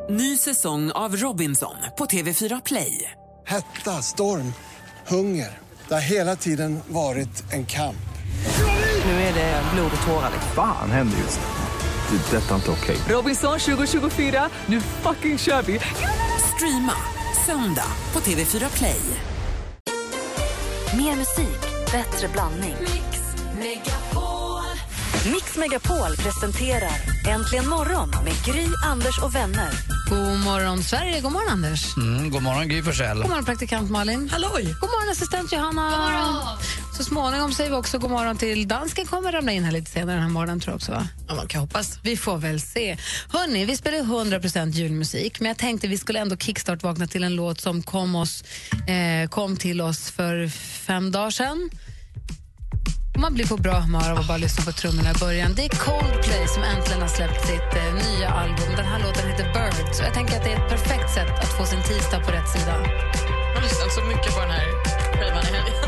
Ny säsong av Robinson på TV4 Play. Hetta, storm, hunger. Det har hela tiden varit en kamp. Nu är det blod och tårar. Fan händer just det. Det är detta inte okej. Robinson 2024, nu fucking kör vi. Streama söndag på TV4 Play. Mer musik, bättre blandning. Mix Megapol presenterar Äntligen morgon med Gry, Anders och vänner. God morgon Sverige, god morgon Anders. God morgon Gry Forssell. God morgon praktikant Malin. Halloj. God morgon assistent Johanna. God morgon. Så småningom säger vi också god morgon till dansken, kommer ramla in här lite senare den här morgonen tror jag också, va? Ja, man kan hoppas. Vi får väl se. Hörrni, vi spelar 100% julmusik, men jag tänkte vi skulle ändå kickstart-vakna till en låt som kom till oss för 5 dagar sedan. Man blir på bra humör av att bara lyssna på trummorna i början. Det är Coldplay som äntligen har släppt sitt nya album. Den här låten heter Bird. Så jag tänker att det är ett perfekt sätt att få sin tisdag på rätt sida. Jag har lyssnat så mycket på den här skivan i helgen.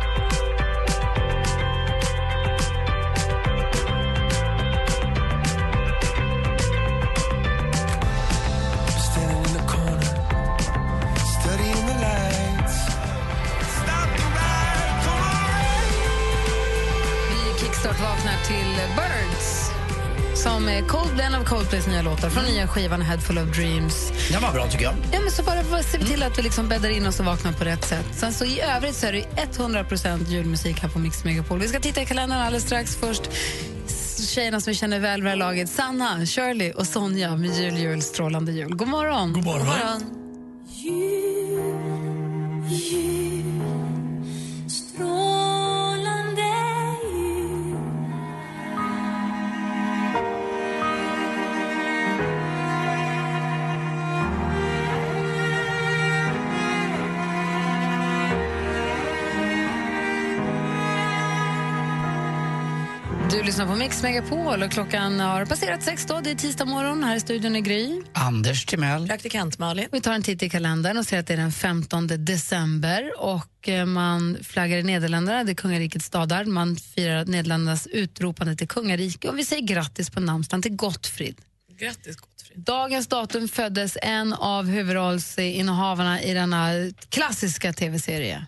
Vaknar till Birds som är en av Coldplays nya låtar från nya skivan Head Full of Dreams. Det var bra tycker jag. Ja, men så bara ser vi till att vi liksom bäddar in oss och vaknar på rätt sätt. Sen så i övrigt så är det 100% julmusik här på Mix Megapol. Vi ska titta i kalendern alldeles strax. Först tjejerna som vi känner väl vid laget, Sanna, Shirley och Sonja med jul, strålande jul. God morgon. God morgon. God morgon. Du lyssnar på Mix Megapol och klockan har passerat 6 då. Det är tisdag morgon. Här i studion är Gry. Anders Timell. Praktikant Malin. Vi tar en titt i kalendern och ser att det är den 15 december och man flaggar i Nederländerna, det är kungarikets dagar. Man firar Nederländernas utropande till kungarike och vi säger grattis på namnsdagen till Gottfrid. Grattis Gottfrid. Dagens datum föddes en av huvudrollsinnehavarna i denna klassiska tv-serie.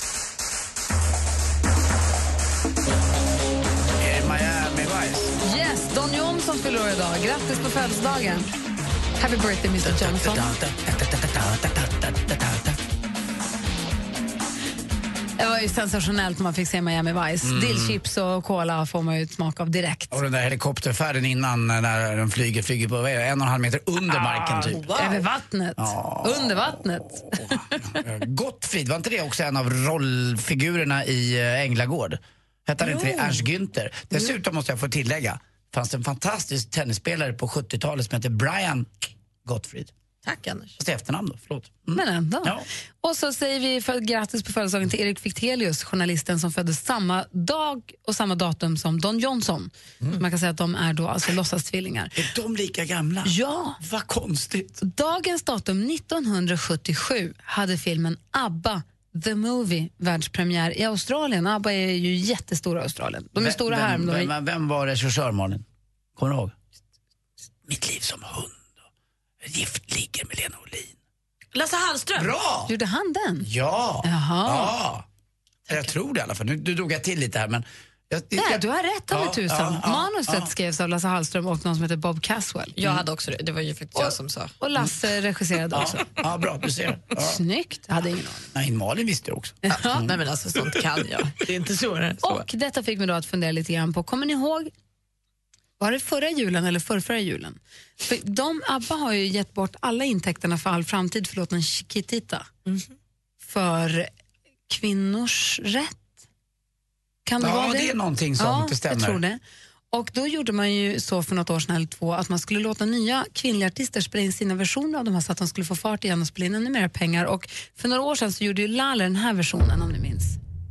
Yes, Don Johnson fyller år idag. Grattis på födelsedagen. Happy birthday, Mr. Johnson. Det var ju sensationellt när man fick se Miami Vice. Dillchips och cola får man ju ett smak av direkt. Och den där helikopterfärden innan när de flyger på 1,5 meter under marken typ. Wow. Över vattnet. Under vattnet. Gottfrid, var inte det också en av rollfigurerna i Änglagård? Hette han inte det? Ernst Günther. Dessutom måste jag få tillägga, fanns det en fantastisk tennisspelare på 70-talet som heter Brian Gottfrid. Tack Anders. Fast efternamn då, förlåt. Men ändå. Ja. Och så säger vi grattis på födelsedagen till Erik Fichtelius, journalisten som föddes samma dag och samma datum som Don Johnson. Man kan säga att de är då alltså låtsastvillingar. Är de lika gamla? Ja. Vad konstigt. Dagens datum 1977 hade filmen ABBA The Movie världspremiär i Australien. ABBA är ju jättestora i Australien. De är stora här. Vem var regissör, Malin? Kommer du ihåg? Mitt liv som hund. Gift ligger med Lena Olin. Lasse Hallström. Bra! Gjorde han den? Ja. Jaha. Ja. Jag tror det i alla fall. Nu drog jag till lite här, men... Nej, du har rätt av tusan. Manuset skrevs av Lasse Hallström och någon som heter Bob Caswell. Jag hade också det. Det var ju faktiskt jag som sa. Och Lasse regisserade också. Ja, bra, du ser. Ja. Snyggt, jag hade ingen aning. Nej, Malin visste det också. Nej men alltså, sånt kan jag. Det är inte så. Och detta fick mig då att fundera lite grann på, kommer ni ihåg, var det förra julen eller förra julen? För ABBA har ju gett bort alla intäkterna för all framtid för låten Chiquitita. För kvinnors rätt. Kan det vara det? Det är någonting som inte stämmer. Jag tror det. Och då gjorde man ju så för något år sedan eller 2 att man skulle låta nya kvinnliga artister spela in sina versioner av de här så att de skulle få fart igen och spela in ännu mer pengar. Och för några år sedan så gjorde ju Lala den här versionen, om ni minns.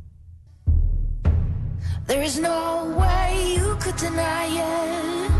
There is no way you could deny it.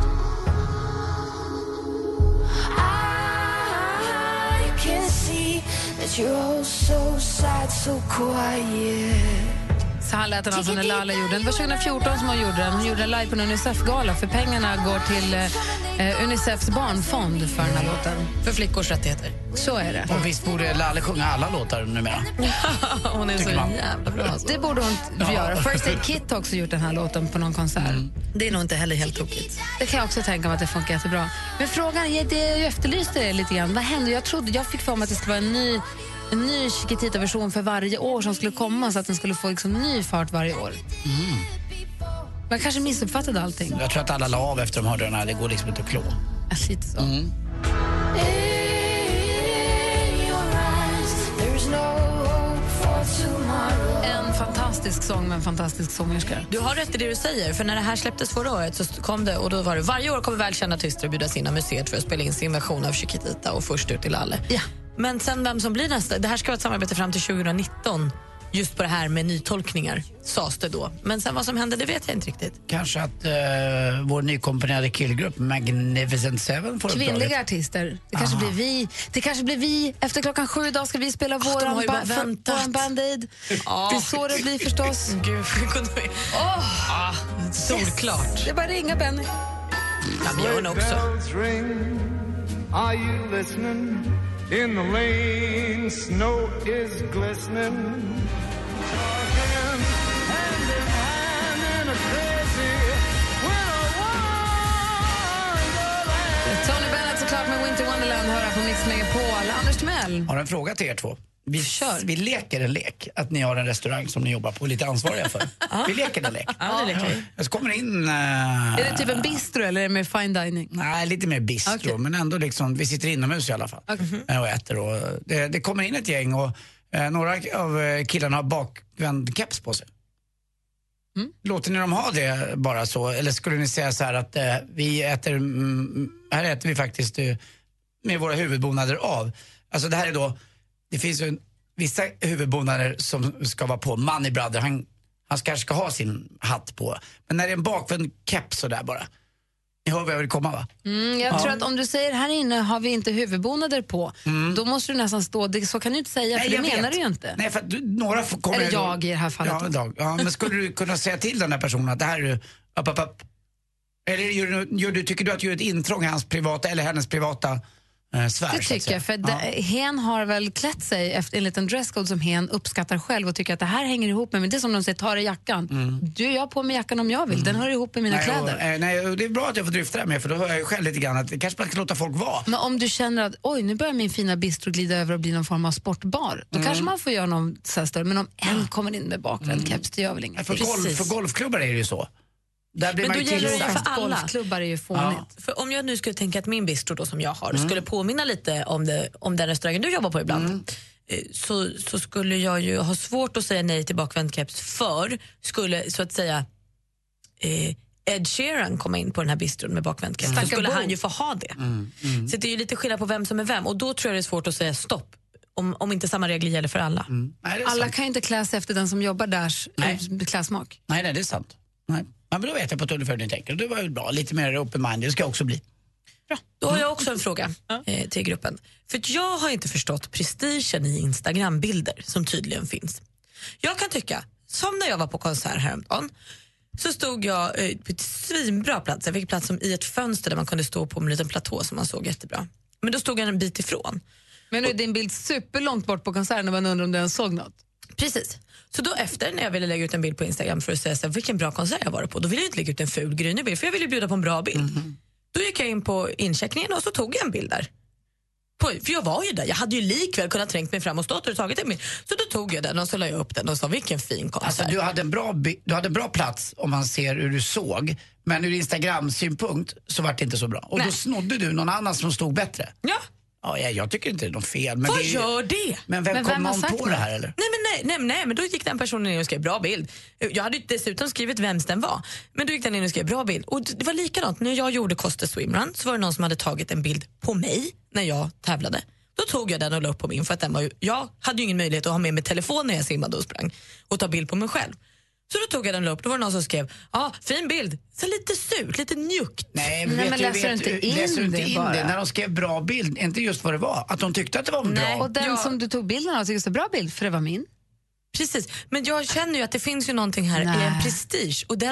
I can see that you're all so sad, so quiet. Så här lät den alltså när Lala gjorde den. Det var 2014 som hon gjorde den. Hon gjorde den live på en UNICEF-gala för pengarna går till Unicefs barnfond för den här låten. För flickors rättigheter. Så är det. Och visst borde Lalle sjunga alla låtar numera? Hon är så jävla bra. Det borde hon göra. First Aid Kit har också gjort den här låten på någon konsert. Det är nog inte heller helt tokigt. Det kan jag också tänka mig att det funkar jättebra. Men frågan är, jag efterlyste det lite grann. Vad hände? Jag fick för mig att det skulle vara en ny Chiquitita-version för varje år som skulle komma, så att den skulle få liksom ny fart varje år. Man kanske missuppfattade allting. Jag tror att alla la av efter de hörde den här. Det går liksom inte att klå. Lite så. En fantastisk sång med en fantastisk sångerska. Du har rätt i det du säger, för när det här släpptes förra året så kom det, och då var det varje år kommer välkända artister att bjudas in av museet för att spela in sin version av Chiquitita och först ut till Lalle. Ja. Men sen vem som blir nästa, det här ska vara ett samarbete fram till 2019 just på det här med nytolkningar, sades det då. Men sen vad som hände, det vet jag inte riktigt. Kanske att vår nykomponerade killgrupp Magnificent Seven får kvinnliga uppdraget. artister. Det kanske blir vi. Det kanske blir vi. Efter 7:00 idag ska vi spela våran Band-Aid. Det är så det blir förstås. Gud, solklart. Det är bara ringa, Benny. Ja, men jag också. Are you listening? In the lane, snow is glistening. Talking hand in hand in a crazy wonderland. Tony Bennett såklart med Winter Wonderland, höra på Mix Megapol. Anders Timell. Har en fråga till er två. Vi leker en lek, att ni har en restaurang som ni jobbar på lite ansvariga för. Vi leker en lek. Ja, det leker vi. Jag så kommer in... Är det typ en bistro eller är det mer fine dining? Nej, lite mer bistro, Okay. Men ändå liksom, vi sitter inomhus i alla fall och äter. Och det kommer in ett gäng och några av killarna har bakvänd keps på sig. Låter ni dem ha det bara så? Eller skulle ni säga så här att vi äter, här äter vi faktiskt med våra huvudbonader av. Alltså det här är då, det finns ju vissa huvudbonader som ska vara på. Money Brother, han kanske ska ha sin hatt på. Men när det är en bakvänd keps så där bara. Ni hör vad jag vill komma, va? Jag tror att om du säger här inne har vi inte huvudbonader på, då måste du nästan stå, så kan du inte säga. Nej, för det menar du ju inte. Nej, för att några kommer... Eller jag i det här fallet. Ja, men skulle du kunna säga till den här personen att det här är upp. Eller tycker du att du gör ett intrång i hans privata eller hennes privata sfär? Det tycker jag, för hen har väl klätt sig efter en liten dresscode som hen uppskattar själv och tycker att det här hänger ihop med, men det är som de säger, tar i jackan. Du gör på med jackan om jag vill, den hör ihop med mina kläder. Nej, det är bra att jag får drifta det här med, för då hör jag ju själv lite grann att det kanske man kan låta folk vara. Men om du känner att oj, nu börjar min fina bistro glida över och bli någon form av sportbar, då kanske man får göra någon så här större, men om en kommer in med bakvänd keps, det gör väl inget. För golfklubbar är det ju så. Där blir men man då gäller det tillsagd. för alla. Golfklubbar är ju fånigt. För om jag nu skulle tänka att min bistro då som jag har skulle påminna lite om den restaurangen du jobbar på ibland, så skulle jag ju ha svårt att säga nej till bakvänd keps, för skulle så att säga Ed Sheeran komma in på den här bistron med bakvänd keps, så skulle han ju få ha det. Så det är ju lite skillnad på vem som är vem, och då tror jag det är svårt att säga stopp. Om inte samma regler gäller för alla. Nej, Alla sant. kan ju inte klä sig efter den som jobbar därs klädsmak. Nej, det är sant. Nej. Men då vet jag på ett ungefär hur ni tänker. Det var ju bra, lite mer open-minded, det ska också bli. Bra. Då har jag också en fråga till gruppen. För att jag har inte förstått prestigen i Instagram-bilder som tydligen finns. Jag kan tycka, som när jag var på konsert häromdagen, så stod jag på ett svinbra plats. Jag fick plats som i ett fönster där man kunde stå på en liten platå som man såg jättebra. Men då stod jag en bit ifrån. Men nu är din bild superlångt bort på konserten och man undrar om du ens såg något. Precis. Så då efter när jag ville lägga ut en bild på Instagram för att säga så här, vilken bra konsert jag var på, då ville jag inte lägga ut en ful grynig bild, för jag ville bjuda på en bra bild. Då gick jag in på incheckningen och så tog jag en bild där. För jag var ju där, jag hade ju likväl kunnat trängt mig fram och stått och tagit en bild. Så då tog jag den och så la jag upp den och sa vilken fin konsert. Alltså du hade en bra plats om man ser hur du såg, men ur Instagram-synpunkt så var det inte så bra. Och då snodde du någon annan som stod bättre. Ja. Ja, jag tycker inte det är något fel. Men vad gör det? Men vem kom någon på det här eller? Nej, men då gick den personen in och skrev bra bild. Jag hade dessutom skrivit vems den var. Men då gick den in och skrev bra bild. Och det var likadant, när jag gjorde Costa Swimrun så var det någon som hade tagit en bild på mig när jag tävlade. Då tog jag den och la upp på min, för att jag hade ju ingen möjlighet att ha med mig telefon när jag simmade och sprang och ta bild på mig själv. Så då tog jag den och la upp, då var det någon som skrev fin bild, så lite surt, lite njukt. Nej, men läser du inte in det när de skrev bra bild, inte just vad det var, att de tyckte att det var bra. Nej, och den som du tog bilden av tyckte det var bra bild, för det var min. Precis, men jag känner ju att det finns ju någonting här i en prestige, och den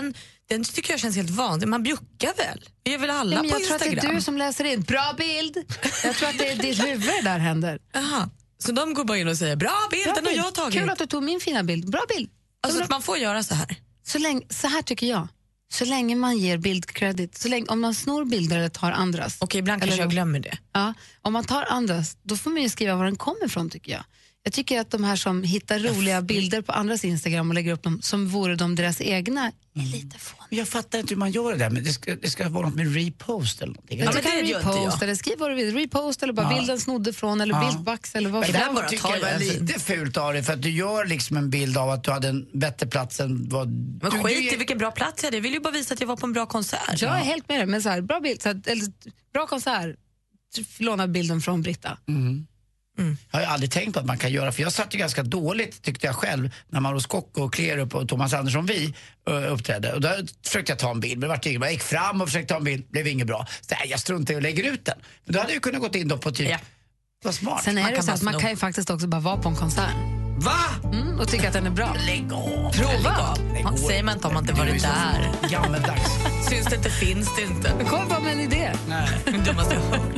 Den tycker jag känns helt vanlig. Man bjuckar väl? Vi är väl alla på jag Instagram? tror att det är du som läser in. Bra bild! Jag tror att det är ditt huvud där händer. Aha. Så de går bara in och säger bra bild, den har jag tagit. Kul att du tog min fina bild. Bra bild. Alltså att man får göra så här. Så här tycker jag. Så länge man ger bildkredit, om man snor bilder eller tar andras. Okej, ibland kanske jag glömmer det. Ja, om man tar andras, då får man ju skriva var den kommer ifrån tycker jag. Jag tycker att de här som hittar roliga bilder på andras Instagram och lägger upp dem som vore de deras egna är lite fån. Jag fattar inte hur man gör det där, men det ska vara något med repost eller någonting. Ja, men det repost eller skriv vad du vill. Repost eller bara bilden snodde från eller bildvax eller vad. Men det där tycker jag var lite fult av dig, för att du gör liksom en bild av att du hade en bättre plats än vad... Men skit i vilken bra plats jag hade. Jag vill ju bara visa att jag var på en bra konsert. Jag är helt med det, men så här, bra bild, så här, eller bra konsert. Låna bilden från Britta. Jag har aldrig tänkt på att man kan göra, för jag satt ju ganska dåligt tyckte jag själv när man hos Kocko och Klerup och Thomas Andersson vi uppträdde, och då försökte jag ta en bild, men det var inget bra. Jag gick fram och försökte ta en bild, blev inget bra, så jag struntar i och lägger ut den, men då hade jag kunnat gått in då på typ vad smart. Sen är det så att man kan ju faktiskt också bara vara på en konsert. Va? Och tycka att den är bra. Lägg av. Prova. Säger man inte om man inte varit där. Gammeldags. Syns det inte, finns det inte. Men kom bara med en idé. Nej. Du måste ha hört.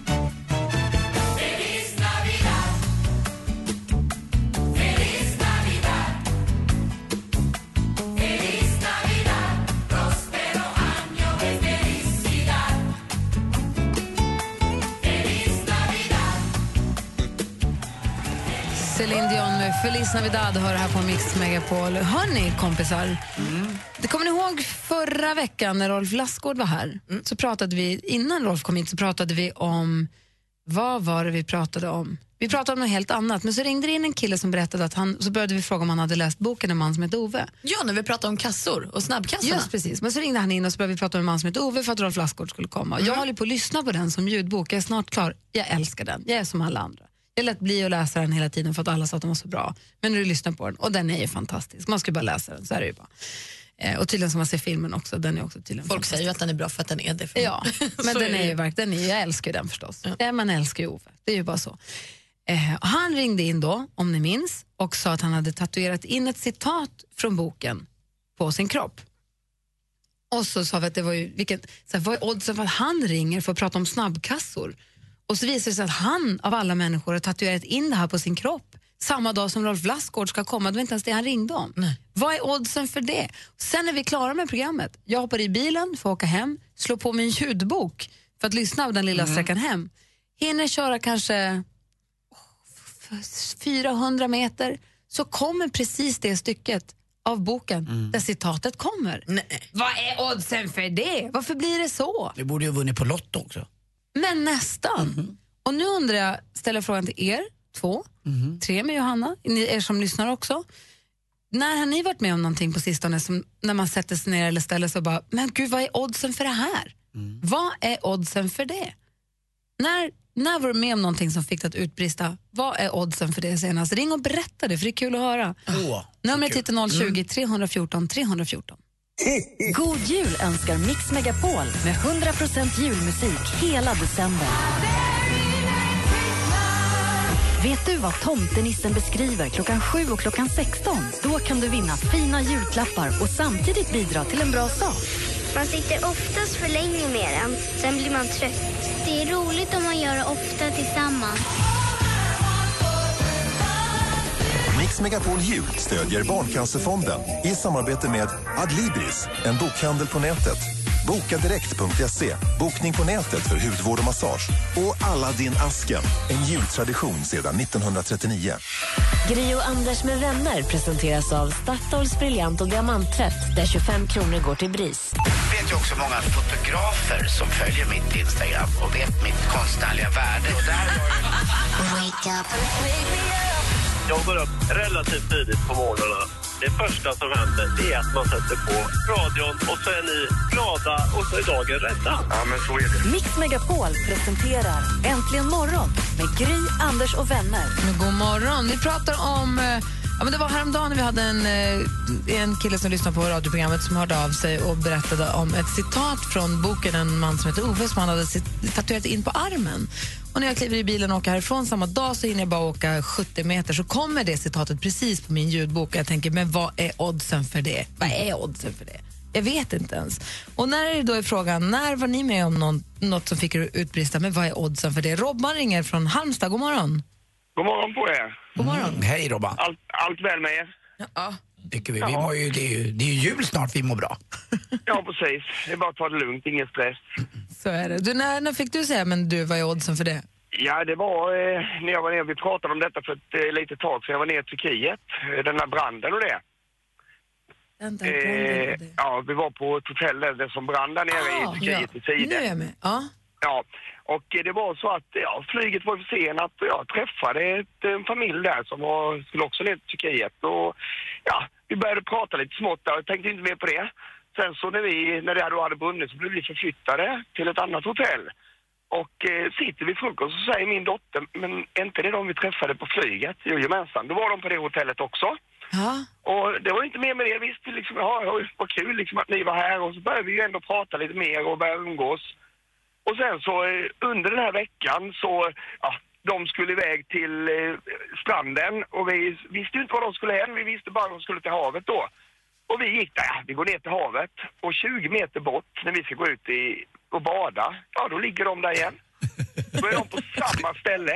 Celine Dion med Feliz Navidad hör här på Mix Megapol. Hörni, kompisar. Det kommer ni ihåg förra veckan när Rolf Lassgård var här? Så pratade vi, innan Rolf kom hit så pratade vi om, vad var det vi pratade om? Vi pratade om något helt annat, men så ringde det in en kille som berättade att så började vi fråga om han hade läst boken En man som heter Ove. Ja, när vi pratade om kassor och snabbkassorna. Just precis, men så ringde han in och så började vi prata om En man som heter Ove för att Rolf Lassgård skulle komma. Jag håller på att lyssna på den som ljudbok, jag är snart klar. Jag älskar den, jag är som alla andra. Jag lät bli att läsa den hela tiden för att alla sa att den var så bra. Men när du lyssnar på den, och den är ju fantastisk. Man ska bara läsa den, så är det ju bara. Och tydligen som man ser filmen också, den är också tydligen Folk säger ju att den är bra för att den är det. Ja, men den är ju verkligen, jag älskar ju den förstås. Ja. Man älskar ju Ove, det är ju bara så. Han ringde in då, om ni minns, och sa att han hade tatuerat in ett citat från boken på sin kropp. Och så sa vi att det var ju, vad är oddsen för att han ringer för att prata om snabbkassor? Och så visar det sig att han av alla människor har tatuerat in det här på sin kropp samma dag som Rolf Lassgård ska komma. Det var inte ens det han ringde om. Nej. Vad är oddsen för det? Sen är vi klara med programmet. Jag hoppar i bilen för att åka hem, slå på min ljudbok för att lyssna av den lilla sträckan hem. Hinner köra kanske 400 meter, så kommer precis det stycket av boken där citatet kommer. Nej. Vad är oddsen för det? Varför blir det så? Vi borde ju ha vunnit på Lotto också. Men nästan. Och nu undrar jag, ställer frågan till er 2, 3 med Johanna, er som lyssnar också. När har ni varit med om någonting på sistone som när man sätter sig ner eller ställer sig och bara, men gud, vad är oddsen för det här? Vad är oddsen för det? När var du med om någonting som fick att utbrista, vad är oddsen för det senast? Ring och berätta det, för det är kul att höra. Numret till 020-314 314. God jul önskar Mix Megapol med 100% julmusik hela december. Vet du vad tomtenissen beskriver klockan 7 och klockan 16? Då kan du vinna fina julklappar och samtidigt bidra till en bra sak. Man sitter oftast för länge med den, sen blir man trött. Det är roligt om man gör det ofta tillsammans. Mix Megapol Jul stödjer Barncancerfonden i samarbete med Adlibris, en bokhandel på nätet. Bokadirekt.se, bokning på nätet för hudvård och massage. Och Aladdin Asken, en jultradition sedan 1939. Gri och Anders med vänner presenteras av Statoils briljant och diamanttvätt där 25 kronor går till BRIS. Jag vet ju också många fotografer som följer mitt Instagram och vet mitt konstnärliga värde. Och där jag går upp relativt tidigt på morgnarna. Det första som händer är att man sätter på radion och så är ni glada och så är dagen rädda. Ja, men så är det. Mix Megapol presenterar Äntligen morgon med Gry, Anders och vänner. Men god morgon. Vi pratar om... men det var häromdagen när vi hade en kille som lyssnade på radioprogrammet som hörde av sig och berättade om ett citat från boken En man som heter Ove som han hade tatuerat in på armen. Och när jag kliver i bilen och åker härifrån samma dag så hinner jag bara åka 70 meter så kommer det citatet precis på min ljudbok och jag tänker, men vad är oddsen för det? Vad är oddsen för det? Jag vet inte ens. Och när är det då i frågan, när var ni med om något som fick er utbrista, men vad är oddsen för det? Robban ringer från Halmstad, god morgon. God morgon på er. God morgon. Hej Robban. Allt väl med er? Ja. Tycker vi. Mår ju, det är ju jul snart, vi mår bra. Ja, precis. Det är bara att ta det lugnt, ingen stress. Så är det. Du, när fick du säga, men du, vad är oddsen för det? Ja, det var när jag var nere, vi pratade om detta för ett litet tag sedan, jag var nere i Turkiet, den här branden och det. Ja, vi var på ett hotell där det som brann där nere i Turkiet i tiden. Nu är jag med. Ja, och det var så att flyget var försenat och jag träffade en familj där som skulle också ner till Turkiet. Och ja, vi började prata lite smått där, jag tänkte inte mer på det. Sen så när det hade brunnit så blev vi förflyttade till ett annat hotell. Och sitter vi frukost så säger min dotter, men är inte det de vi träffade på flyget? Jo, gemensamt. Då var de på det hotellet också. Ja. Och det var inte mer med det. Visst, liksom, vad kul liksom, att ni var här. Och så började vi ju ändå prata lite mer och börja umgås. Och sen så under den här veckan så, ja, de skulle iväg till stranden. Och vi visste ju inte var de skulle hän. Vi visste bara att de skulle till havet då. Och vi gick där, vi går ner till havet. Och 20 meter bort, när vi ska gå ut och bada, ja då ligger de där igen. Då är de på samma ställe.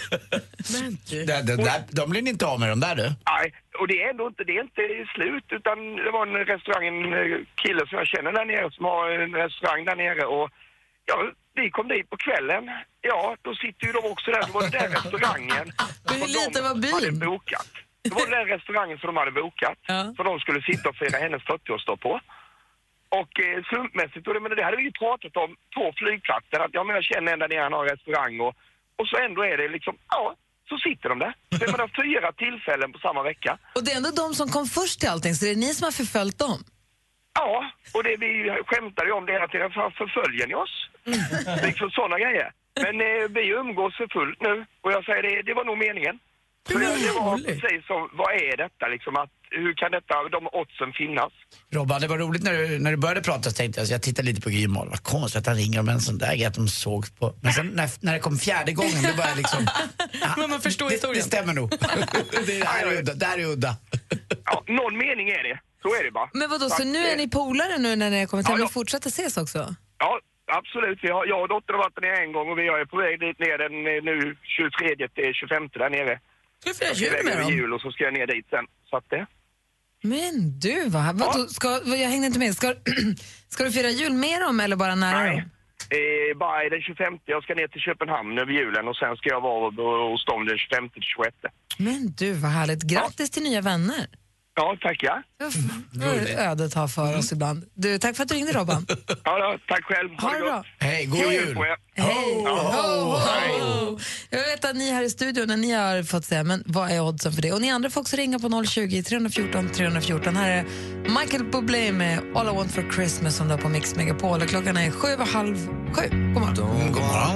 De blir inte av med dem där, du? Nej, och det är ändå inte, det är inte slut, utan det var en restaurang, en kille som jag känner där nere som har en restaurang där nere och ja, vi kom dit på kvällen. Ja, då sitter ju de också där. Det var den restaurangen som de hade bokat. Det var den restaurangen som de hade bokat. För de skulle sitta och fira hennes 40-årsdag på. Och slumpmässigt, och det hade vi ju pratat om på flygplatsen, att ja, men jag känner ända ner han har restaurang och så ändå är det liksom, ja, så sitter de där. Det är 4 tillfällen på samma vecka. Och det är ändå de som kom först till allting, så det är ni som har förföljt dem? Ja, och det vi skämtade ju om det att förföljer ni oss. Liksom sådana grejer. Men vi umgås för fullt nu, och jag säger det var nog meningen. Det var precis som, vad är detta liksom, att hur kan de oddsen finnas? Robban, det var roligt när du började prata, så tänkte jag tittade lite på Grymål, vad konstigt att han ringer om en sån där grej att de såg på. Men sen när det kom 4:e gången, då började liksom men man förstår historien. Det stämmer nog. Det här är udda. Ja, någon mening är det. Så är det bara. Men vadå, så nu är ni polare nu när ni kommer till och fortsätter ses också? Ja, absolut. Jag och dottern har varit där en gång och vi är på väg dit ner den nu 23 till 25 där nere. Ska du fira jul med dem? Jul och så ska jag ner dit sen. Så att det. Men du, jag hängde inte med. Ska du fira jul med dem eller bara nära dem? Bara den 25. Jag ska ner till Köpenhamn över julen och sen ska jag vara hos dem den 25 till 26. Men du, vad härligt. Grattis till nya vänner. Ja, tack ja. Vad ödet har för oss ibland. Du, tack för att du ringde, Robban. Ja, tack själv. Ha det bra. Hej, god jul. Hej. Jag vet att ni här i studion, när ni har fått säga, men vad är oddsen för det? Och ni andra får också ringa på 020-314-314. Här är Michael Bublé med All I Want For Christmas som då på Mix Megapol. Och klockan är 7:30. God morgon. God morgon.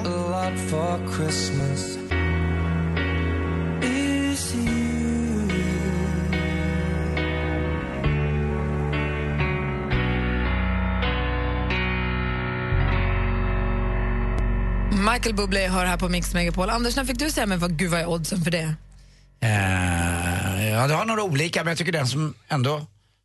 Michael Bublé hör här på Mix Megapol. Anders, när fick du säga, men vad är oddsen för det? Ja, det har några olika, men jag tycker den som ändå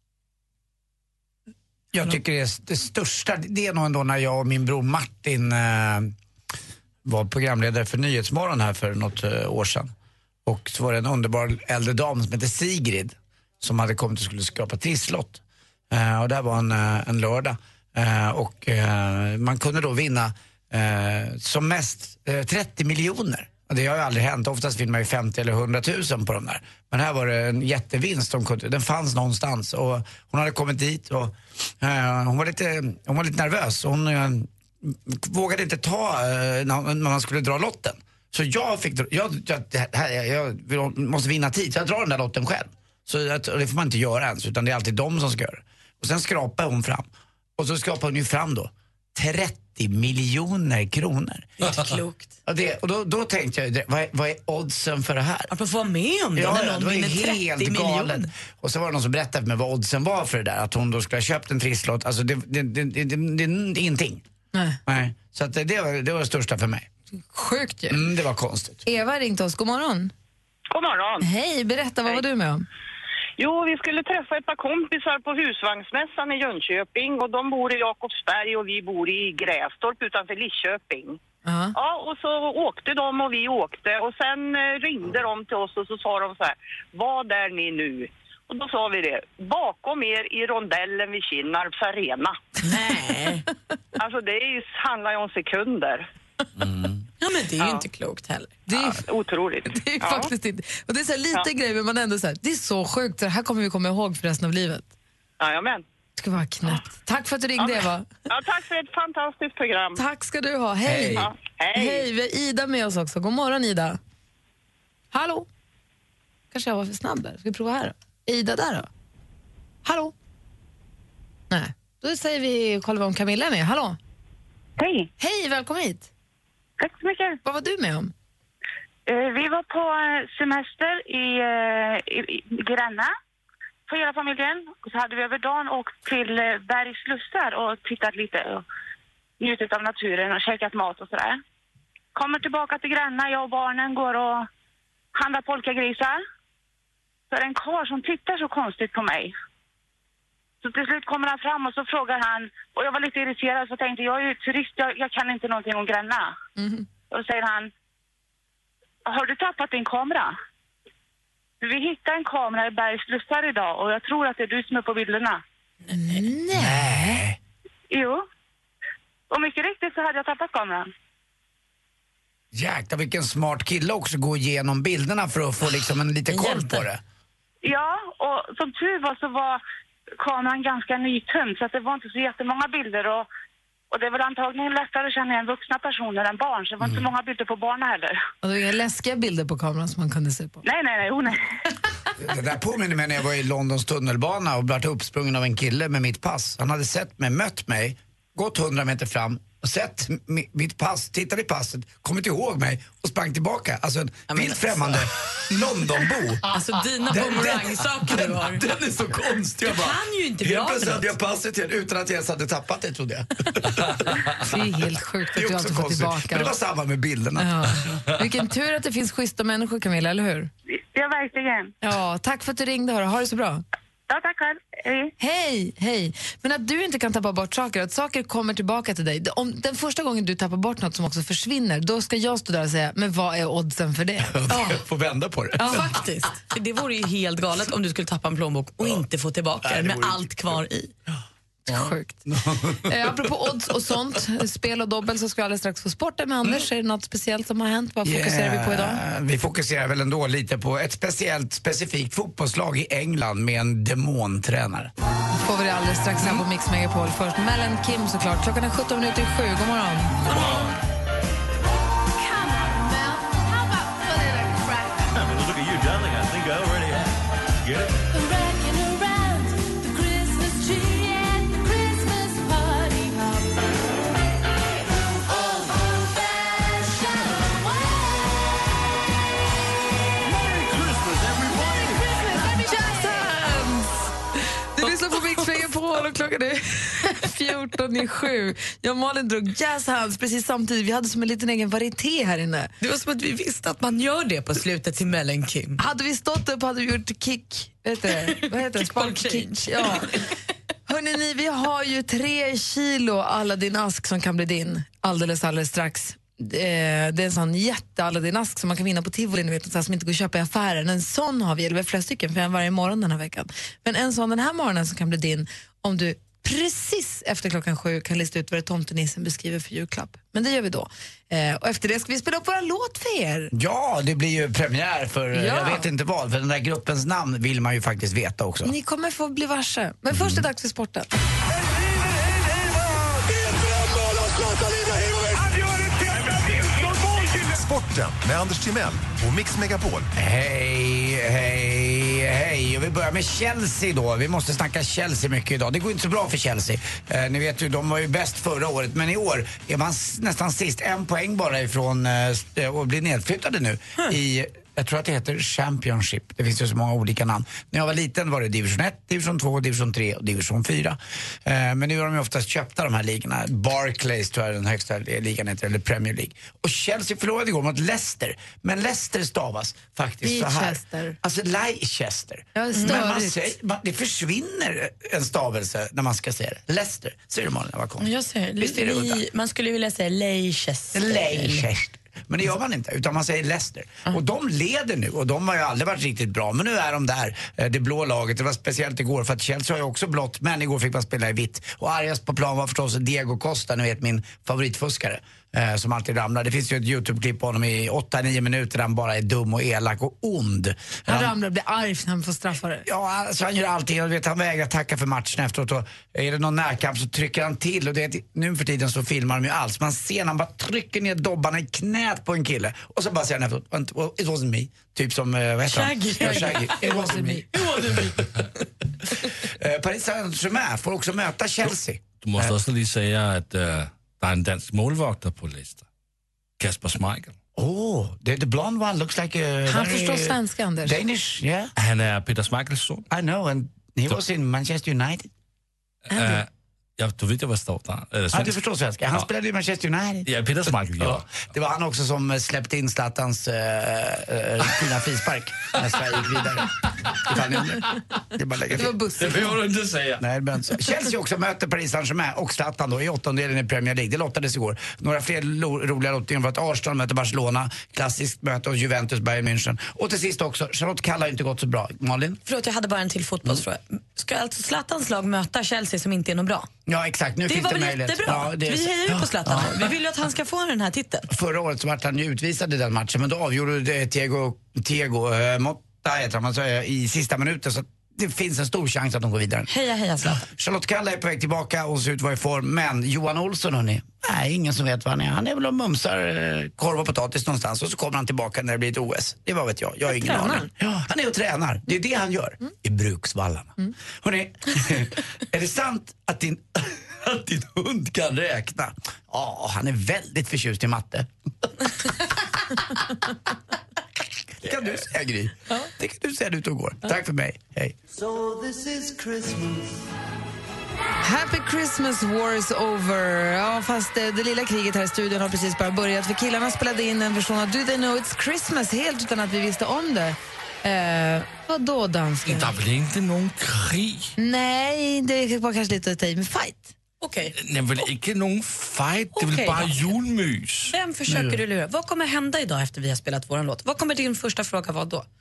jag tycker är det största, det är nog ändå när jag och min bror Martin var programledare för Nyhetsmorgon här för något år sedan. Och så var det en underbar äldre dam som heter Sigrid som hade kommit och skulle skapa trisslott. Och det här var en lördag. Och man kunde då vinna som mest 30 miljoner. Det har ju aldrig hänt. Oftast vinner man ju 50 eller 100 000 på de där. Men här var det en jättevinst. Den fanns någonstans. Och hon hade kommit dit och hon var lite nervös. Hon vågade inte ta när man skulle dra lotten. Så jag måste vinna tid. Så jag drar den där lotten själv. Så det får man inte göra ens. Utan det är alltid de som ska göra det. Och sen skrapar hon fram. Och så skrapar hon ju fram då 30 miljoner kronor. Inte klokt. Och då tänkte jag, vad är oddsen för det här? Att man får vara med om det, ja, när någon vinner 30 helt miljoner. Och så var det någon som berättade för mig vad oddsen var för det där. Att hon då skulle ha köpt en trisslott. Alltså det är ingenting. Nej. Så att det var det största för mig. Sjukt ju. Det var konstigt. Eva ringde oss, god morgon. God morgon. Hej, berätta, vad var du med om? Jo, vi skulle träffa ett par kompisar på husvagnsmässan i Jönköping och de bor i Jakobsberg och vi bor i Grästorp utanför Lidköping. Ja, och så åkte de och vi åkte och sen ringde de till oss och så sa de så här: vad är ni nu? Och då sa vi det: bakom er i rondellen vid Kinnarps arena. Nej. Alltså det handlar ju om sekunder. Ja, men det är ju inte klokt heller. Det är otroligt. Det är faktiskt inte. Och det är så här, lite grejer men man ändå så här, det är så sjukt. Det här kommer vi komma ihåg för resten av livet. Jajamän. Det ska vara knäppt. Tack för att du ringde, Eva. Ja, tack för ett fantastiskt program. Tack ska du ha. Hej. Ja, hej. Hej, vi har Ida med oss också. God morgon, Ida. Hallå? Kanske jag var för snabb där. Ska vi prova här då? Ida där då? Hallå? Nej. Då säger vi, kollar om Camilla är med. Hallå? Hej. Hej, välkommen hit. Tack så mycket. Vad var du med om? Vi var på semester i Gränna för hela familjen. Och så hade vi över dagen åkt till Bergslussar och tittat lite och njutit av naturen och käkat mat och sådär. Kommer tillbaka till Gränna, jag och barnen går och handlar polkagrisar. Så är det en karl som tittar så konstigt på mig. Så till slut kommer han fram och så frågar han, och jag var lite irriterad så tänkte jag är ju turist, jag kan inte någonting om Gränna. Och då säger han: har du tappat din kamera? Vi hittade en kamera i Bergslussar idag och jag tror att det är du som är på bilderna. Nej. Jo. Och mycket riktigt så hade jag tappat kameran. Jäklar, vilken smart kille också gå igenom bilderna för att få liksom en lite koll på det. Ja, och som tur var så var kameran ganska nytömd så att det var inte så jättemånga bilder och det var antagligen lättare att känna igen vuxna personer än barn, så det var inte så många bilder på barn heller. Och det var inga läskiga bilder på kameran som man kunde se på? Nej. Det där påminner mig när jag var i Londons tunnelbana och blev uppsprungen av en kille med mitt pass. Han hade sett mig, mött mig, gått 100 meter fram och sett mitt pass, tittade i passet, kommit ihåg mig och sprang tillbaka. Alltså en vilt främmande Londonbo. Alltså dina boomerang-saker du har. Den är så konstig. Du kan ju inte bli av med plötsligt något. hade jag passet igen utan att jag ens hade tappat det, trodde jag. Det är helt sjukt att du alltid får tillbaka. Men det var samma med bilderna. Ja. Vilken tur att det finns schyssta människor, Camilla, eller hur? Ja, verkligen. Ja, tack för att du ringde. Ha det så bra. Ja, tack själv. Hej. Hej. Men att du inte kan tappa bort saker, att saker kommer tillbaka till dig. Om den första gången du tappar bort något som också försvinner, då ska jag stå där och säga, men vad är oddsen för det? Får vända på det. Ja, faktiskt. För det vore ju helt galet om du skulle tappa en plånbok och inte få tillbaka den med allt kvar i. Sjukt. Apropå odds och sånt, spel och dobbel, så ska jag alldeles strax få sporten med Anders. Är det något speciellt som har hänt? Vad fokuserar vi på idag? Vi fokuserar väl ändå lite på ett specifikt fotbollslag i England med en demontränare. Får vi det alldeles strax här på Mix Megapol. Först Mel Kim såklart. Klockan är 17 minuter i 7. God morgon. God morgon. Och klockan är 14:07. Jag och Malin drog jazz hands precis samtidigt. Vi hade som en liten egen varieté här inne. Det var som att vi visste att man gör det på slutet till Mel Kim. Hade vi stått upp hade vi gjort kick. Vad heter det? Spark-kick. Ja. Hörrni, vi har ju 3 kilo Aladdin-ask som kan bli din alldeles strax. Det är en sån jätte-Aladdin-ask som man kan vinna på Tivoli, ni vet, som inte går att köpa i affären. En sån har vi, eller flera stycken, för en varje morgon den här veckan. Men en sån den här morgonen som kan bli din om du precis efter klockan 7 kan lista ut vad det tomtenissen beskriver för julklapp. Men det gör vi då. Och efter det ska vi spela upp våra låt för er. Ja, det blir ju premiär för jag vet inte vad, för den där gruppens namn vill man ju faktiskt veta också. Ni kommer få bli varse. Men först är det dags för sporten. Sporten med Anders Timell och Mix Megapol. Hej. Och vi börjar med Chelsea då. Vi måste snacka Chelsea mycket idag. Det går inte så bra för Chelsea. Ni vet ju, de var ju bäst förra året. Men i år är man nästan sist. 1 poäng bara ifrån och blir nedflyttade nu i Jag tror att det heter Championship. Det finns ju så många olika namn. När jag var liten var det Division 1, Division 2, Division 3 och Division 4. Men nu är de ju oftast köpta, de här ligorna. Barclays tror jag den högsta ligan heter, eller Premier League. Och Chelsea förlorade igår mot Leicester. Men Leicester stavas faktiskt så här. Leicester. Alltså Leicester. Ja, men det försvinner en stavelse när man ska säga det. Leicester. Ser du Malin, vad konstigt? Jag ser, man skulle vilja säga Leicester. Leicester. Men det gör man inte, utan man säger Leicester. Och de leder nu, och de har ju aldrig varit riktigt bra. Men nu är de där, det blå laget. Det var speciellt igår, för att Chelsea har ju också blått. Men igår fick man spela i vitt. Och argast på plan var förstås Diego Costa, nu vet min favoritfuskare. Som alltid ramlar. Det finns ju ett YouTube-klipp på honom i 8-9 minuter där han bara är dum och elak och ond. Han ramlar och blir arg när han får straffa det. Ja, alltså han gör allting. Och vet, han vägrar tacka för matchen efteråt. Och är det någon närkamp så trycker han till. Och det, nu för tiden så filmar de ju alls. Man ser när han bara trycker ner dobbarna i knät på en kille. Och så bara säger han efteråt, it wasn't me. Typ som, vad heter han? Shaggy. Ja, Shaggy. It wasn't me. It wasn't me. Paris Saint-Germain får också möta Chelsea. Du måste också lige säga att det är en dansk målvaktare på listan. Kasper Schmeichel. The blonde one looks like han förstår svenska, Anders. Danish, yeah. Han är Peter Schmeichels son. I know, and he was in Manchester United. Ja, du vet jag vad står där. Du förstår svenska. Han spelade i Manchester United. Ja, Peter Schmeichel, ja. Det var han också som släppte in Zlatans fina frispark när Sverige gick vidare. Det var bussen. Det behöver du inte säga. Nej, men Chelsea också möter Paris Saint-Germain och Zlatan då i 8:e i Premier League. Det lottades igår. Några fler roliga lottningar var att Arsenal möter Barcelona, klassiskt möte och Juventus Bayern München. Och till sist också, Charlotte Kalla har inte gått så bra. Malin? Förlåt, jag hade bara en till fotbollsfråga. Ska alltså Zlatans lag möta Chelsea som inte är något bra? Ja, exakt. Nu det finns var det väl möjlighet. jättebra? Ja, vi hejar ju på Zlatan. Vi vill ju att han ska få den här titeln. Förra året så var han ju utvisad i den matchen, men då avgjorde det Thiago Motta heter man säger, i sista minuten, så det finns en stor chans att de går vidare. Heja Zlatan. Charlotte Kalla är på väg tillbaka och ser ut att vara i form, men Johan Olsson, hörni, nej, ingen som vet vad han är. Han är väl och mumsar korv och potatis någonstans och så kommer han tillbaka när det blir ett OS. Det var vet jag har ingen aning. Ja, han är och tränar, det är det han gör i Bruksvallarna. Hörni, är det sant att din hund kan räkna? Ja, han är väldigt förtjust i matte. Det kan du säga, Gry. Ja. Det kan du säga ut och går. Tack för mig. Hej. So this is Christmas. Happy Christmas, war is over. Ja, fast det lilla kriget här i studion har precis bara börjat. För killarna spelade in en version av Do They Know It's Christmas helt utan att vi visste om det. Vadå, dansken? Det är väl inte någon krig? Nej, det var kanske lite att med fight. Okej. Det är väl inte någon fight, det är väl bara julmys. Vem försöker du lura? Vad kommer hända idag efter vi har spelat våran låt? Vad kommer din första fråga vara då?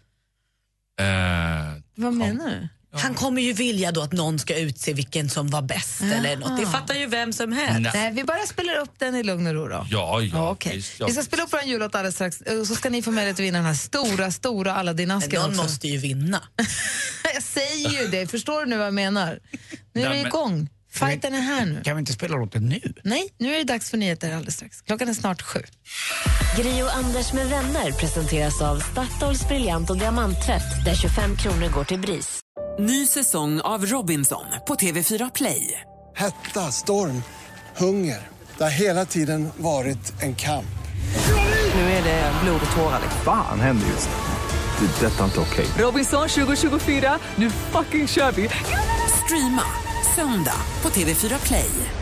Vad menar du? Han kommer ju vilja då att någon ska utse vilken som var bäst eller något. Det fattar ju vem som helst. Nej, vi bara spelar upp den i lugn och ro då. Ja. Okay. Vi ska spela upp vår jullåt alldeles strax och så ska ni få möjlighet att vinna den här stora Aladdin-asken. Någon måste ju vinna. Jag säger ju det, förstår du nu vad jag menar? Nu är det igång. Fighten är här nu. Kan vi inte spela låten nu? Nej, nu är det dags för nyheter alldeles strax. Klockan är snart 7. Gri och Anders med vänner presenteras av Statoils Brillant och Diamanttvätt där 25 kronor går till BRIS. Ny säsong av Robinson på TV4 Play. Hetta, storm, hunger. Det har hela tiden varit en kamp. Nu är det blod och tårar. Fan händer just det. Det är detta inte okej. Robinson 2024, nu fucking kör vi. Streama söndag på TV4 Play.